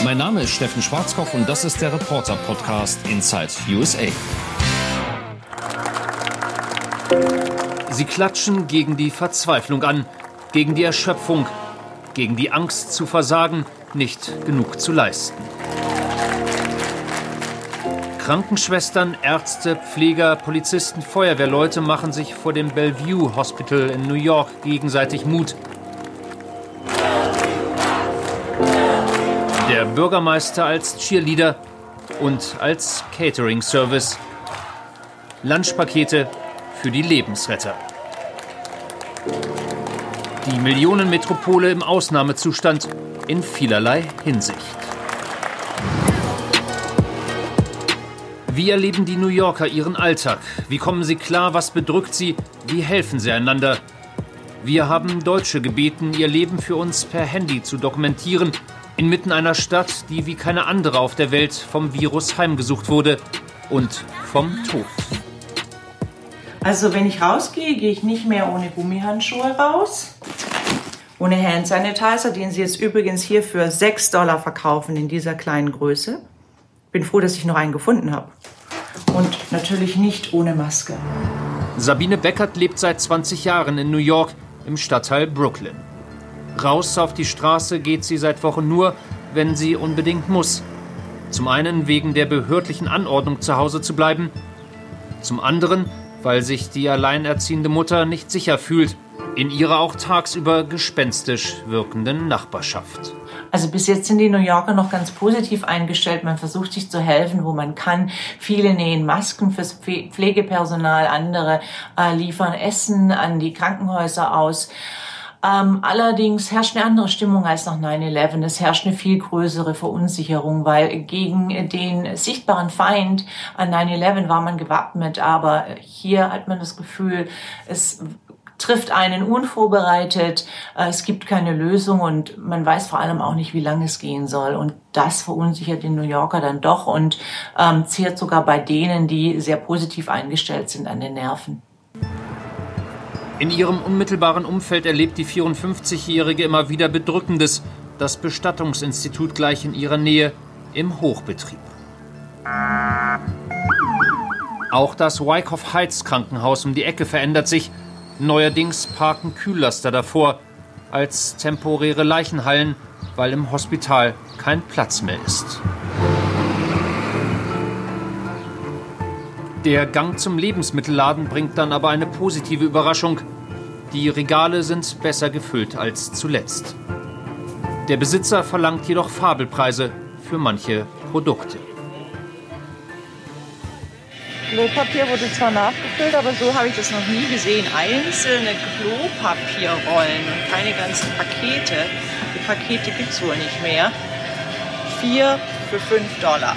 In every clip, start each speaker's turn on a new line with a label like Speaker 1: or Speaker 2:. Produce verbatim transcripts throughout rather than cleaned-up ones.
Speaker 1: Mein Name ist Steffen Schwarzkopf und das ist der Reporter-Podcast Inside U S A. Sie klatschen gegen die Verzweiflung an, gegen die Erschöpfung, gegen die Angst zu versagen, nicht genug zu leisten. Krankenschwestern, Ärzte, Pfleger, Polizisten, Feuerwehrleute machen sich vor dem Bellevue Hospital in New York gegenseitig Mut. Der Bürgermeister als Cheerleader und als Catering-Service. Lunchpakete für die Lebensretter. Die Millionenmetropole im Ausnahmezustand in vielerlei Hinsicht. Wie erleben die New Yorker ihren Alltag? Wie kommen sie klar? Was bedrückt sie? Wie helfen sie einander? Wir haben Deutsche gebeten, ihr Leben für uns per Handy zu dokumentieren, inmitten einer Stadt, die wie keine andere auf der Welt vom Virus heimgesucht wurde und vom Tod.
Speaker 2: Also wenn ich rausgehe, gehe ich nicht mehr ohne Gummihandschuhe raus, ohne Hand Sanitizer, den sie jetzt übrigens hier für sechs Dollar verkaufen in dieser kleinen Größe. Bin froh, dass ich noch einen gefunden habe. Und natürlich nicht ohne Maske.
Speaker 1: Sabine Beckert lebt seit zwanzig Jahren in New York im Stadtteil Brooklyn. Raus auf die Straße geht sie seit Wochen nur, wenn sie unbedingt muss. Zum einen wegen der behördlichen Anordnung, zu Hause zu bleiben. Zum anderen, weil sich die alleinerziehende Mutter nicht sicher fühlt in ihrer auch tagsüber gespenstisch wirkenden Nachbarschaft.
Speaker 2: Also bis jetzt sind die New Yorker noch ganz positiv eingestellt. Man versucht sich zu helfen, wo man kann. Viele nähen Masken fürs Pflegepersonal, andere äh, liefern Essen an die Krankenhäuser aus. Ähm, allerdings herrscht eine andere Stimmung als nach nine eleven. Es herrscht eine viel größere Verunsicherung, weil gegen den sichtbaren Feind an nine eleven war man gewappnet. Aber hier hat man das Gefühl, es trifft einen unvorbereitet, es gibt keine Lösung und man weiß vor allem auch nicht, wie lange es gehen soll. Und das verunsichert den New Yorker dann doch und ähm, zehrt sogar bei denen, die sehr positiv eingestellt sind, an den Nerven.
Speaker 1: In ihrem unmittelbaren Umfeld erlebt die vierundfünfzigjährige immer wieder Bedrückendes. Das Bestattungsinstitut gleich in ihrer Nähe im Hochbetrieb. Auch das Wyckoff Heights Krankenhaus um die Ecke verändert sich. Neuerdings parken Kühllaster davor als temporäre Leichenhallen, weil im Hospital kein Platz mehr ist. Der Gang zum Lebensmittelladen bringt dann aber eine positive Überraschung. Die Regale sind besser gefüllt als zuletzt. Der Besitzer verlangt jedoch Fabelpreise für manche Produkte.
Speaker 2: Klopapier wurde zwar nachgefüllt, aber so habe ich das noch nie gesehen. Einzelne Klopapierrollen und keine ganzen Pakete. Die Pakete gibt es wohl nicht mehr. Vier für fünf Dollar.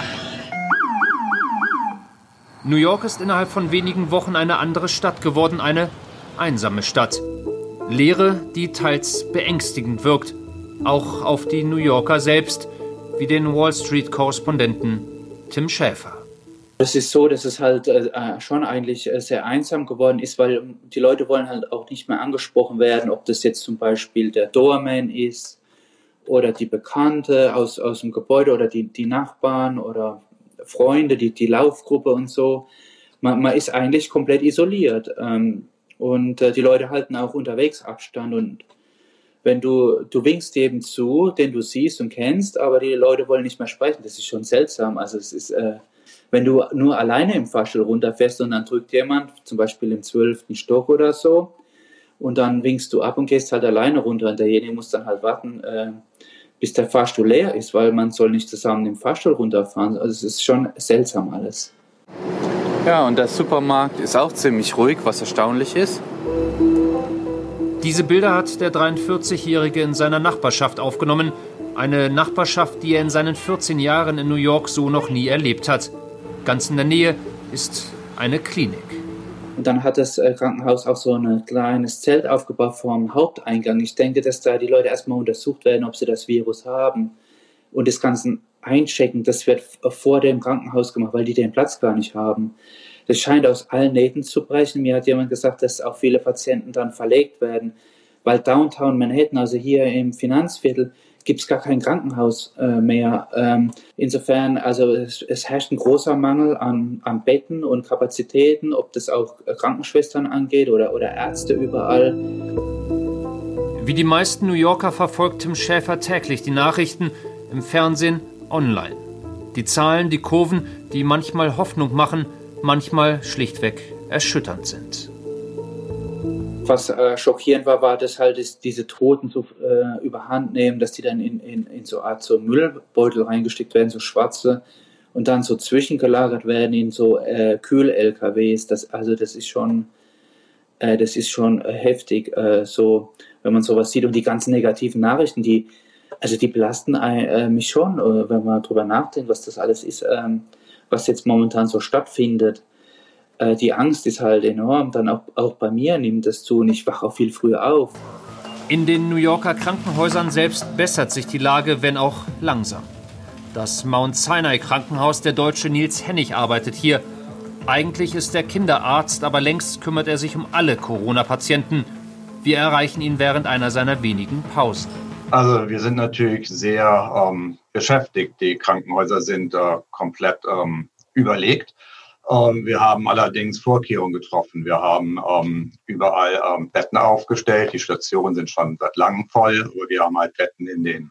Speaker 1: New York ist innerhalb von wenigen Wochen eine andere Stadt geworden, eine einsame Stadt. Leere, die teils beängstigend wirkt, auch auf die New Yorker selbst, wie den Wall Street-Korrespondenten Tim Schäfer.
Speaker 3: Es ist so, dass es halt äh, schon eigentlich äh, sehr einsam geworden ist, weil die Leute wollen halt auch nicht mehr angesprochen werden, ob das jetzt zum Beispiel der Doorman ist oder die Bekannte aus, aus dem Gebäude oder die, die Nachbarn oder Freunde, die, die Laufgruppe und so. Man, man ist eigentlich komplett isoliert ähm, und äh, die Leute halten auch unterwegs Abstand und wenn du, du winkst jedem zu, den du siehst und kennst, aber die Leute wollen nicht mehr sprechen, das ist schon seltsam. Also es ist... Äh, Wenn du nur alleine im Fahrstuhl runterfährst und dann drückt jemand, zum Beispiel im zwölften Stock oder so, und dann winkst du ab und gehst halt alleine runter und derjenige muss dann halt warten, äh, bis der Fahrstuhl leer ist, weil man soll nicht zusammen im Fahrstuhl runterfahren. Also es ist schon seltsam alles.
Speaker 4: Ja, und der Supermarkt ist auch ziemlich ruhig, was erstaunlich ist.
Speaker 1: Diese Bilder hat der dreiundvierzigjährige in seiner Nachbarschaft aufgenommen. Eine Nachbarschaft, die er in seinen vierzehn Jahren in New York so noch nie erlebt hat. Ganz in der Nähe ist eine Klinik.
Speaker 3: Und dann hat das Krankenhaus auch so ein kleines Zelt aufgebaut vor dem Haupteingang. Ich denke, dass da die Leute erstmal untersucht werden, ob sie das Virus haben. Und das Ganze einchecken, das wird vor dem Krankenhaus gemacht, weil die den Platz gar nicht haben. Das scheint aus allen Nähten zu brechen. Mir hat jemand gesagt, dass auch viele Patienten dann verlegt werden. weil Downtown Manhattan, also hier im Finanzviertel, gibt es gar kein Krankenhaus äh, mehr. Ähm, insofern, also es, es herrscht ein großer Mangel an, an Betten und Kapazitäten, ob das auch Krankenschwestern angeht oder, oder Ärzte überall.
Speaker 1: Wie die meisten New Yorker verfolgt Tim Schäfer täglich die Nachrichten im Fernsehen, online. Die Zahlen, die Kurven, die manchmal Hoffnung machen, manchmal schlichtweg erschütternd sind.
Speaker 3: Was äh, schockierend war, war, dass halt ist, diese Toten so äh, überhand nehmen, dass die dann in, in, in so eine Art so Müllbeutel reingesteckt werden, so schwarze, und dann so zwischengelagert werden in so äh, Kühl-L K Ws. Das, also das ist schon, äh, das ist schon äh, heftig, äh, so, wenn man sowas sieht. Und die ganzen negativen Nachrichten, die, also die belasten äh, mich schon, äh, wenn man drüber nachdenkt, was das alles ist, äh, was jetzt momentan so stattfindet. Die Angst ist halt enorm, dann auch, auch bei mir nimmt es zu und ich wache auch viel früher auf.
Speaker 1: In den New Yorker Krankenhäusern selbst bessert sich die Lage, wenn auch langsam. Das Mount Sinai Krankenhaus, der Deutsche Nils Hennig arbeitet hier. Eigentlich ist er Kinderarzt, aber längst kümmert er sich um alle Corona-Patienten. Wir erreichen ihn während einer seiner wenigen Pausen.
Speaker 5: Also wir sind natürlich sehr ähm, beschäftigt. Die Krankenhäuser sind äh, komplett ähm, überlegt. Ähm, wir haben allerdings Vorkehrungen getroffen. Wir haben ähm, überall ähm, Betten aufgestellt. Die Stationen sind schon seit langem voll, aber wir haben halt Betten in den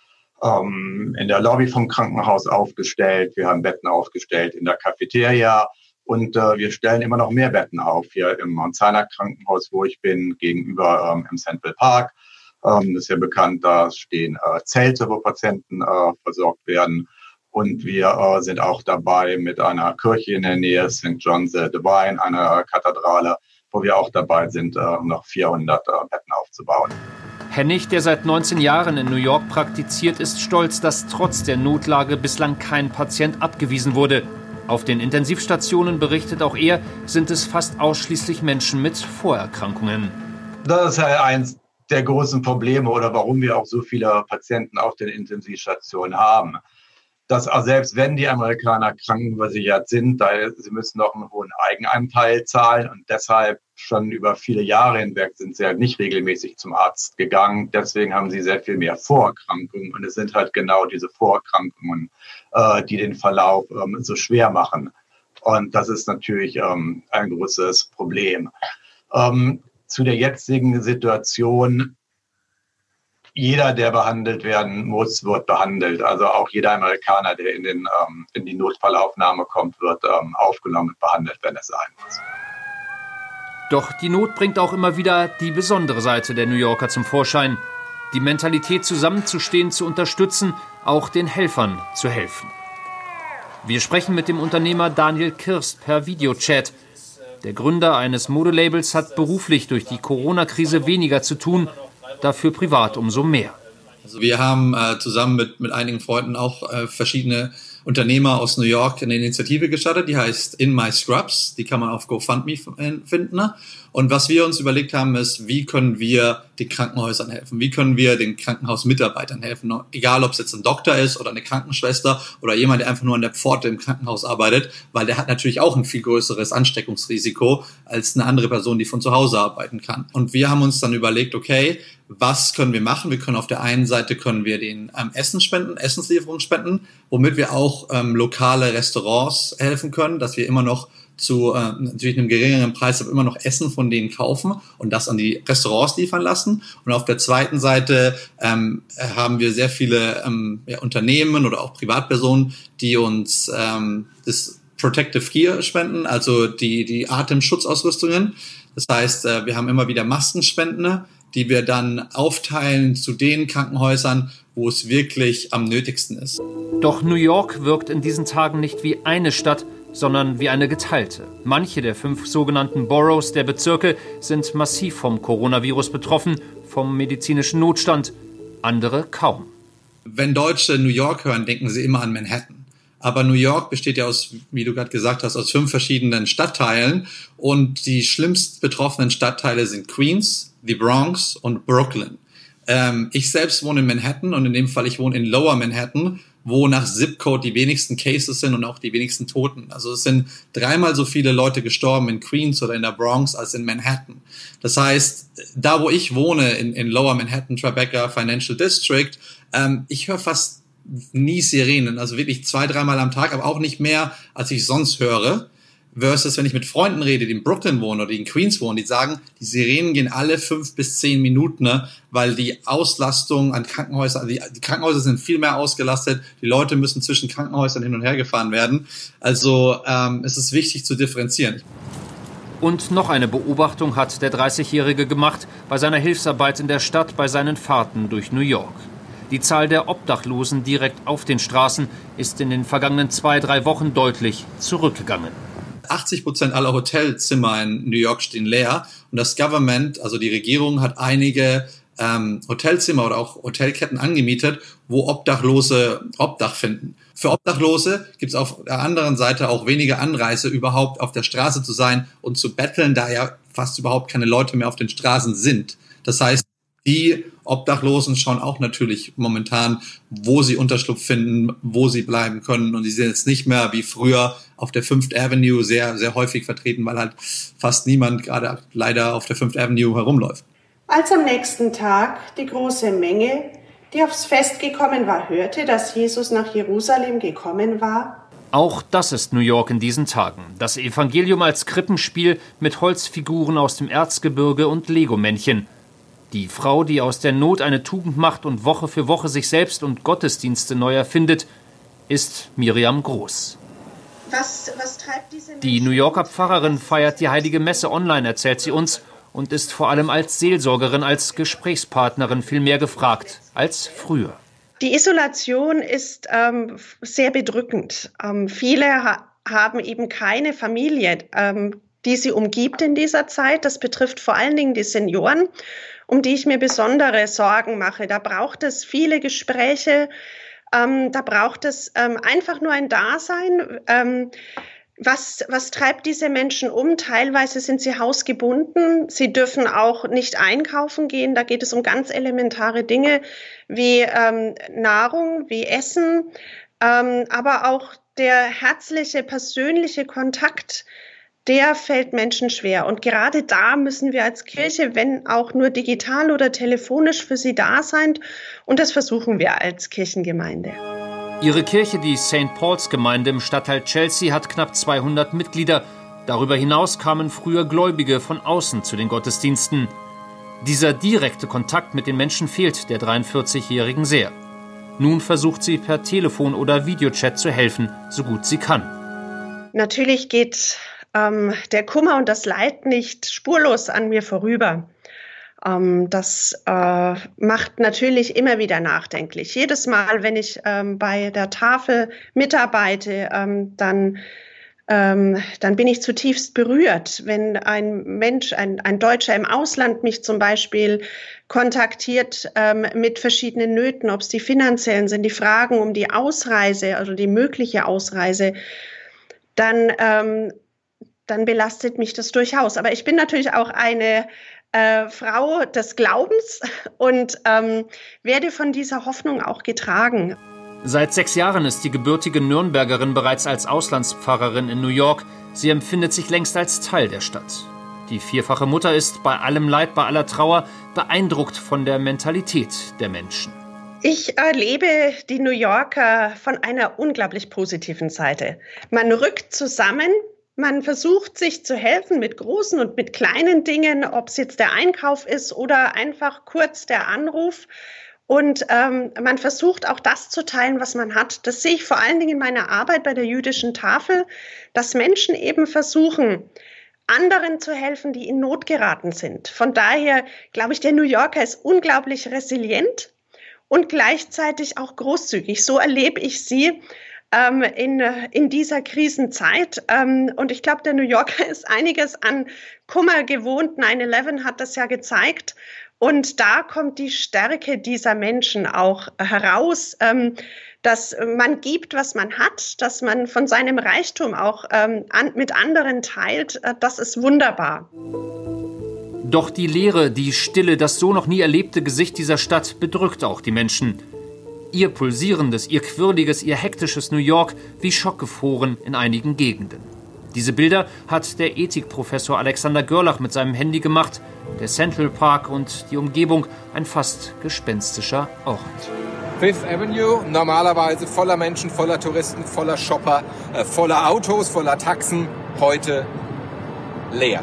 Speaker 5: ähm, in der Lobby vom Krankenhaus aufgestellt. Wir haben Betten aufgestellt in der Cafeteria und äh, wir stellen immer noch mehr Betten auf hier im Mount Sinai Krankenhaus, wo ich bin, gegenüber ähm, im Central Park. Ähm, das ist ja bekannt, da stehen äh, Zelte, wo Patienten äh, versorgt werden. Und wir äh, sind auch dabei mit einer Kirche in der Nähe, Saint John the Divine, einer Kathedrale, wo wir auch dabei sind, äh, noch vierhundert äh, Betten aufzubauen.
Speaker 1: Hennig, der seit neunzehn Jahren in New York praktiziert, ist stolz, dass trotz der Notlage bislang kein Patient abgewiesen wurde. Auf den Intensivstationen, berichtet auch er, sind es fast ausschließlich Menschen mit Vorerkrankungen.
Speaker 5: Das ist ja eins der großen Probleme oder warum wir auch so viele Patienten auf den Intensivstationen haben. Dass selbst wenn die Amerikaner krankenversichert sind, da sie müssen noch einen hohen Eigenanteil zahlen und deshalb schon über viele Jahre hinweg sind sie halt nicht regelmäßig zum Arzt gegangen. Deswegen haben sie sehr viel mehr Vorerkrankungen und es sind halt genau diese Vorerkrankungen, äh, die den Verlauf ähm, so schwer machen. Und das ist natürlich ähm, ein großes Problem. Ähm, zu der jetzigen Situation: Jeder, der behandelt werden muss, wird behandelt. Also auch jeder Amerikaner, der in, den, ähm, in die Notfallaufnahme kommt, wird ähm, aufgenommen und behandelt, wenn es sein muss.
Speaker 1: Doch die Not bringt auch immer wieder die besondere Seite der New Yorker zum Vorschein. Die Mentalität, zusammenzustehen, zu unterstützen, auch den Helfern zu helfen. Wir sprechen mit dem Unternehmer Daniel Kirst per Videochat. Der Gründer eines Modelabels hat beruflich durch die Corona-Krise weniger zu tun, dafür privat umso mehr.
Speaker 6: Also wir haben äh, zusammen mit, mit einigen Freunden auch äh, verschiedene Unternehmer aus New York eine Initiative gestartet, die heißt In My Scrubs. Die kann man auf GoFundMe finden. Ne? Und was wir uns überlegt haben, ist, wie können wir den Krankenhäusern helfen? Wie können wir den Krankenhausmitarbeitern helfen? Egal, ob es jetzt ein Doktor ist oder eine Krankenschwester oder jemand, der einfach nur an der Pforte im Krankenhaus arbeitet, weil der hat natürlich auch ein viel größeres Ansteckungsrisiko als eine andere Person, die von zu Hause arbeiten kann. Und wir haben uns dann überlegt, okay, was können wir machen? Wir können auf der einen Seite können wir den ähm, Essen spenden, Essenslieferungen spenden, womit wir auch ähm, lokale Restaurants helfen können, dass wir immer noch zu äh, natürlich einem geringeren Preis aber immer noch Essen von denen kaufen und das an die Restaurants liefern lassen. Und auf der zweiten Seite ähm, haben wir sehr viele ähm, ja, Unternehmen oder auch Privatpersonen, die uns ähm, das Protective Gear spenden, also die die Atemschutzausrüstungen. Das heißt, äh, wir haben immer wieder Maskenspenden, die wir dann aufteilen zu den Krankenhäusern, wo es wirklich am nötigsten ist.
Speaker 1: Doch New York wirkt in diesen Tagen nicht wie eine Stadt, sondern wie eine geteilte. Manche der fünf sogenannten Boroughs der Bezirke sind massiv vom Coronavirus betroffen, vom medizinischen Notstand, andere kaum.
Speaker 6: Wenn Deutsche New York hören, denken sie immer an Manhattan. Aber New York besteht ja aus, wie du gerade gesagt hast, aus fünf verschiedenen Stadtteilen. Und die schlimmst betroffenen Stadtteile sind Queens, die Bronx und Brooklyn. Ähm, ich selbst wohne in Manhattan und in dem Fall, ich wohne in Lower Manhattan, wo nach Zip-Code die wenigsten Cases sind und auch die wenigsten Toten. Also es sind dreimal so viele Leute gestorben in Queens oder in der Bronx als in Manhattan. Das heißt, da wo ich wohne, in, in Lower Manhattan, Tribeca Financial District, ähm, ich höre fast nie Sirenen, also wirklich zwei, dreimal am Tag, aber auch nicht mehr, als ich sonst höre. Versus, wenn ich mit Freunden rede, die in Brooklyn wohnen oder die in Queens wohnen, die sagen, die Sirenen gehen alle fünf bis zehn Minuten, ne, weil die Auslastung an Krankenhäusern, die, die Krankenhäuser sind viel mehr ausgelastet, die Leute müssen zwischen Krankenhäusern hin und her gefahren werden. Also ähm, es ist wichtig zu differenzieren.
Speaker 1: Und noch eine Beobachtung hat der dreißigjährige gemacht bei seiner Hilfsarbeit in der Stadt bei seinen Fahrten durch New York. Die Zahl der Obdachlosen direkt auf den Straßen ist in den vergangenen zwei, drei Wochen deutlich zurückgegangen.
Speaker 6: achtzig Prozent aller Hotelzimmer in New York stehen leer und das Government, also die Regierung, hat einige ähm, Hotelzimmer oder auch Hotelketten angemietet, wo Obdachlose Obdach finden. Für Obdachlose gibt es auf der anderen Seite auch weniger Anreize, überhaupt auf der Straße zu sein und zu betteln, da ja fast überhaupt keine Leute mehr auf den Straßen sind. Das heißt, die Obdachlosen schauen auch natürlich momentan, wo sie Unterschlupf finden, wo sie bleiben können. Und die sind jetzt nicht mehr wie früher auf der Fifth Avenue sehr, sehr häufig vertreten, weil halt fast niemand gerade leider auf der Fifth Avenue herumläuft.
Speaker 7: Als am nächsten Tag die große Menge, die aufs Fest gekommen war, hörte, dass Jesus nach Jerusalem gekommen war.
Speaker 1: Auch das ist New York in diesen Tagen. Das Evangelium als Krippenspiel mit Holzfiguren aus dem Erzgebirge und Lego-Männchen. Die Frau, die aus der Not eine Tugend macht und Woche für Woche sich selbst und Gottesdienste neu erfindet, ist Miriam Groß.
Speaker 7: Was, was treibt diese Menschen?
Speaker 1: Die New Yorker Pfarrerin feiert die Heilige Messe online, erzählt sie uns, und ist vor allem als Seelsorgerin, als Gesprächspartnerin viel mehr gefragt als früher.
Speaker 7: Die Isolation ist ähm, sehr bedrückend. Ähm, viele ha- haben eben keine Familie, ähm, die sie umgibt in dieser Zeit. Das betrifft vor allen Dingen die Senioren, um die ich mir besondere Sorgen mache. Da braucht es viele Gespräche, ähm, da braucht es ähm, einfach nur ein Dasein. Ähm, was, was treibt diese Menschen um? Teilweise sind sie hausgebunden, sie dürfen auch nicht einkaufen gehen. Da geht es um ganz elementare Dinge wie ähm, Nahrung, wie Essen, ähm, aber auch der herzliche, persönliche Kontakt, der fällt Menschen schwer. Und gerade da müssen wir als Kirche, wenn auch nur digital oder telefonisch, für sie da sein. Und das versuchen wir als Kirchengemeinde.
Speaker 1: Ihre Kirche, die Sankt Paul's Gemeinde im Stadtteil Chelsea, hat knapp zweihundert Mitglieder. Darüber hinaus kamen früher Gläubige von außen zu den Gottesdiensten. Dieser direkte Kontakt mit den Menschen fehlt der dreiundvierzigjährigen sehr. Nun versucht sie per Telefon oder Videochat zu helfen, so gut sie kann.
Speaker 7: Natürlich geht ähm, der Kummer und das Leid nicht spurlos an mir vorüber. Ähm, das äh, macht natürlich immer wieder nachdenklich. Jedes Mal, wenn ich ähm, bei der Tafel mitarbeite, ähm, dann Ähm, dann bin ich zutiefst berührt, wenn ein Mensch, ein, ein Deutscher im Ausland mich zum Beispiel kontaktiert ähm, mit verschiedenen Nöten, ob es die finanziellen sind, die Fragen um die Ausreise, also die mögliche Ausreise, dann, ähm, dann belastet mich das durchaus. Aber ich bin natürlich auch eine äh, Frau des Glaubens und ähm, werde von dieser Hoffnung auch getragen.
Speaker 1: Seit sechs Jahren ist die gebürtige Nürnbergerin bereits als Auslandspfarrerin in New York. Sie empfindet sich längst als Teil der Stadt. Die vierfache Mutter ist bei allem Leid, bei aller Trauer beeindruckt von der Mentalität der Menschen.
Speaker 7: Ich erlebe die New Yorker von einer unglaublich positiven Seite. Man rückt zusammen, man versucht sich zu helfen mit großen und mit kleinen Dingen, ob es jetzt der Einkauf ist oder einfach kurz der Anruf. Und ähm, man versucht auch das zu teilen, was man hat. Das sehe ich vor allen Dingen in meiner Arbeit bei der jüdischen Tafel, dass Menschen eben versuchen, anderen zu helfen, die in Not geraten sind. Von daher glaube ich, der New Yorker ist unglaublich resilient und gleichzeitig auch großzügig. So erlebe ich sie ähm, in, in dieser Krisenzeit. Ähm, und ich glaube, der New Yorker ist einiges an Kummer gewohnt. nine eleven hat das ja gezeigt. Und da kommt die Stärke dieser Menschen auch heraus, ähm, dass man gibt, was man hat, dass man von seinem Reichtum auch ähm, an, mit anderen teilt. Äh, das ist wunderbar.
Speaker 1: Doch die Leere, die Stille, das so noch nie erlebte Gesicht dieser Stadt bedrückt auch die Menschen. Ihr pulsierendes, ihr quirliges, ihr hektisches New York wie schockgefroren in einigen Gegenden. Diese Bilder hat der Ethikprofessor Alexander Görlach mit seinem Handy gemacht. Der Central Park und die Umgebung ein fast gespenstischer Ort.
Speaker 8: Fifth Avenue, normalerweise voller Menschen, voller Touristen, voller Shopper, äh, voller Autos, voller Taxen, heute leer.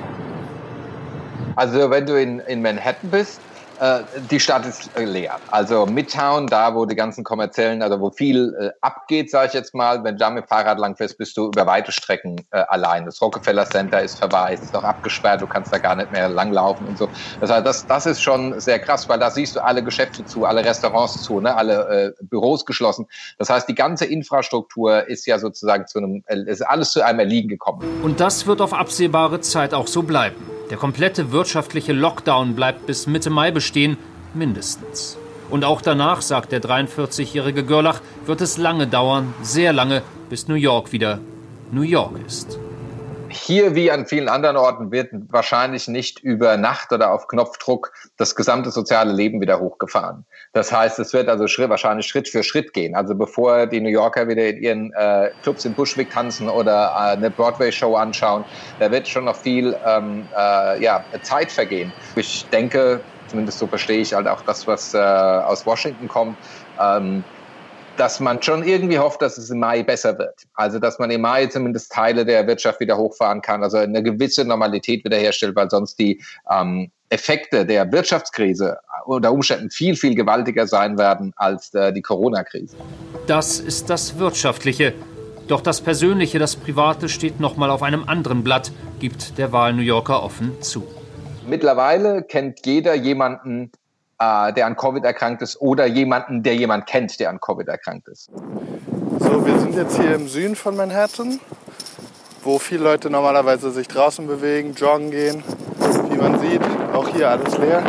Speaker 9: Also wenn du in, in Manhattan bist, äh, die Stadt ist äh, leer. Also Midtown, da wo die ganzen kommerziellen, also wo viel äh, abgeht, sage ich jetzt mal, wenn du da mit Fahrrad langfährst, bist du über weite Strecken äh, allein. Das Rockefeller Center ist vorbei, es ist noch abgesperrt, du kannst da gar nicht mehr langlaufen und so. Das heißt, das, das ist schon sehr krass, weil da siehst du alle Geschäfte zu, alle Restaurants zu, ne, alle äh, Büros geschlossen. Das heißt, die ganze Infrastruktur ist ja sozusagen zu einem, äh, ist alles zu einem Erliegen gekommen.
Speaker 1: Und das wird auf absehbare Zeit auch so bleiben. Der komplette wirtschaftliche Lockdown bleibt bis Mitte Mai bestehen, mindestens. Und auch danach, sagt der dreiundvierzigjährige Görlach, wird es lange dauern, sehr lange, bis New York wieder New York ist.
Speaker 9: Hier wie an vielen anderen Orten wird wahrscheinlich nicht über Nacht oder auf Knopfdruck das gesamte soziale Leben wieder hochgefahren. Das heißt, es wird also Schritt, wahrscheinlich Schritt für Schritt gehen. Also bevor die New Yorker wieder in ihren äh, Clubs in Bushwick tanzen oder äh, eine Broadway-Show anschauen, da wird schon noch viel ähm, äh, ja, Zeit vergehen. Ich denke, zumindest so verstehe ich halt auch das, was äh, aus Washington kommt, ähm, dass man schon irgendwie hofft, dass es im Mai besser wird. Also, dass man im Mai zumindest Teile der Wirtschaft wieder hochfahren kann, also eine gewisse Normalität wiederherstellt, weil sonst die ähm, Effekte der Wirtschaftskrise unter Umständen viel, viel gewaltiger sein werden als äh, die Corona-Krise.
Speaker 1: Das ist das Wirtschaftliche. Doch das Persönliche, das Private steht noch mal auf einem anderen Blatt, gibt der Wahl-New Yorker offen zu.
Speaker 9: Mittlerweile kennt jeder jemanden, der an Covid erkrankt ist oder jemanden, der jemand kennt, der an Covid erkrankt ist.
Speaker 10: So, wir sind jetzt hier im Süden von Manhattan, wo viele Leute normalerweise sich draußen bewegen, joggen gehen. Wie man sieht, auch hier alles leer.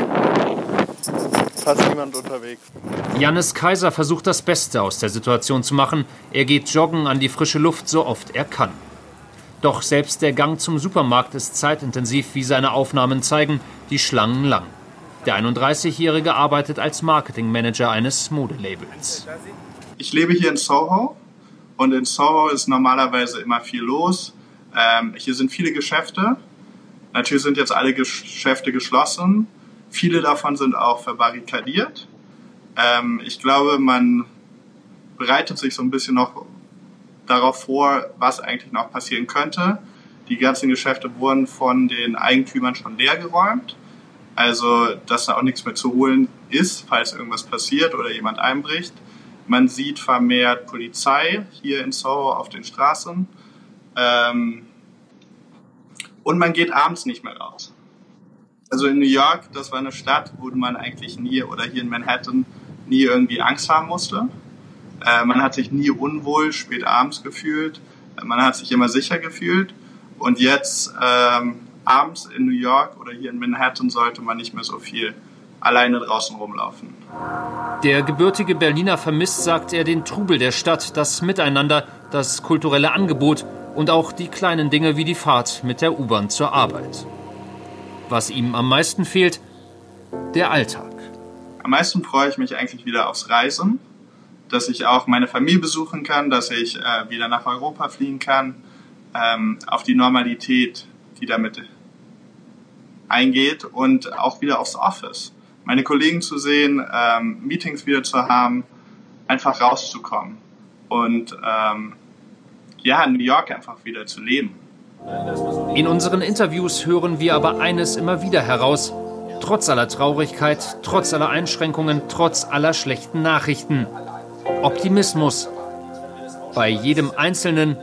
Speaker 10: Fast niemand unterwegs.
Speaker 1: Jannis Kaiser versucht das Beste aus der Situation zu machen. Er geht joggen an die frische Luft, so oft er kann. Doch selbst der Gang zum Supermarkt ist zeitintensiv, wie seine Aufnahmen zeigen, die Schlangen lang. Der einunddreißigjährige arbeitet als Marketingmanager eines Modelabels.
Speaker 11: Ich lebe hier in Soho und in Soho ist normalerweise immer viel los. Ähm, hier sind viele Geschäfte. Natürlich sind jetzt alle Geschäfte geschlossen. Viele davon sind auch verbarrikadiert. Ähm, ich glaube, man bereitet sich so ein bisschen noch darauf vor, was eigentlich noch passieren könnte. Die ganzen Geschäfte wurden von den Eigentümern schon leer geräumt. Also, dass da auch nichts mehr zu holen ist, falls irgendwas passiert oder jemand einbricht. Man sieht vermehrt Polizei hier in Soho auf den Straßen. Ähm, und man geht abends nicht mehr raus. Also in New York, das war eine Stadt, wo man eigentlich nie, oder hier in Manhattan, nie irgendwie Angst haben musste. Äh, man hat sich nie unwohl spät abends gefühlt. Man hat sich immer sicher gefühlt. Und jetzt... Ähm, abends in New York oder hier in Manhattan sollte man nicht mehr so viel alleine draußen rumlaufen.
Speaker 1: Der gebürtige Berliner vermisst, sagt er, den Trubel der Stadt, das Miteinander, das kulturelle Angebot und auch die kleinen Dinge wie die Fahrt mit der U-Bahn zur Arbeit. Was ihm am meisten fehlt, der Alltag.
Speaker 11: Am meisten freue ich mich eigentlich wieder aufs Reisen, dass ich auch meine Familie besuchen kann, dass ich äh, wieder nach Europa fliegen kann, ähm, auf die Normalität, die damit eingeht und auch wieder aufs Office. Meine Kollegen zu sehen, ähm, Meetings wieder zu haben, einfach rauszukommen und ähm, ja, in New York einfach wieder zu leben.
Speaker 1: In unseren Interviews hören wir aber eines immer wieder heraus. Trotz aller Traurigkeit, trotz aller Einschränkungen, trotz aller schlechten Nachrichten. Optimismus bei jedem Einzelnen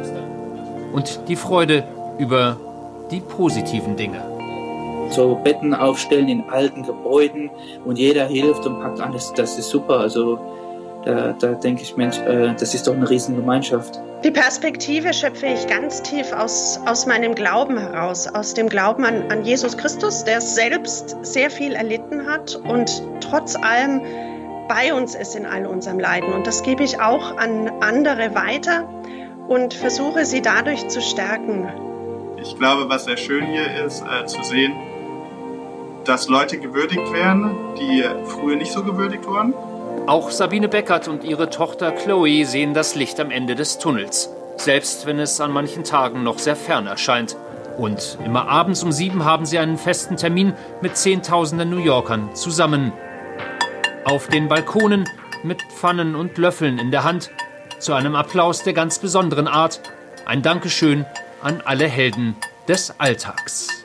Speaker 1: und die Freude über die positiven Dinge.
Speaker 3: So Betten aufstellen in alten Gebäuden und jeder hilft und packt alles, das ist super. Also da, da denke ich, Mensch, äh, das ist doch eine riesen Gemeinschaft.
Speaker 7: Die Perspektive schöpfe ich ganz tief aus, aus meinem Glauben heraus, aus dem Glauben an, an Jesus Christus, der selbst sehr viel erlitten hat und trotz allem bei uns ist in all unserem Leiden. Und das gebe ich auch an andere weiter und versuche sie dadurch zu stärken.
Speaker 11: Ich glaube, was sehr schön hier ist, äh, zu sehen, dass Leute gewürdigt werden, die früher nicht so gewürdigt wurden.
Speaker 1: Auch Sabine Beckert und ihre Tochter Chloe sehen das Licht am Ende des Tunnels, selbst wenn es an manchen Tagen noch sehr fern erscheint. Und immer abends um sieben haben sie einen festen Termin mit Zehntausenden New Yorkern zusammen. Auf den Balkonen mit Pfannen und Löffeln in der Hand, zu einem Applaus der ganz besonderen Art. Ein Dankeschön an alle Helden des Alltags.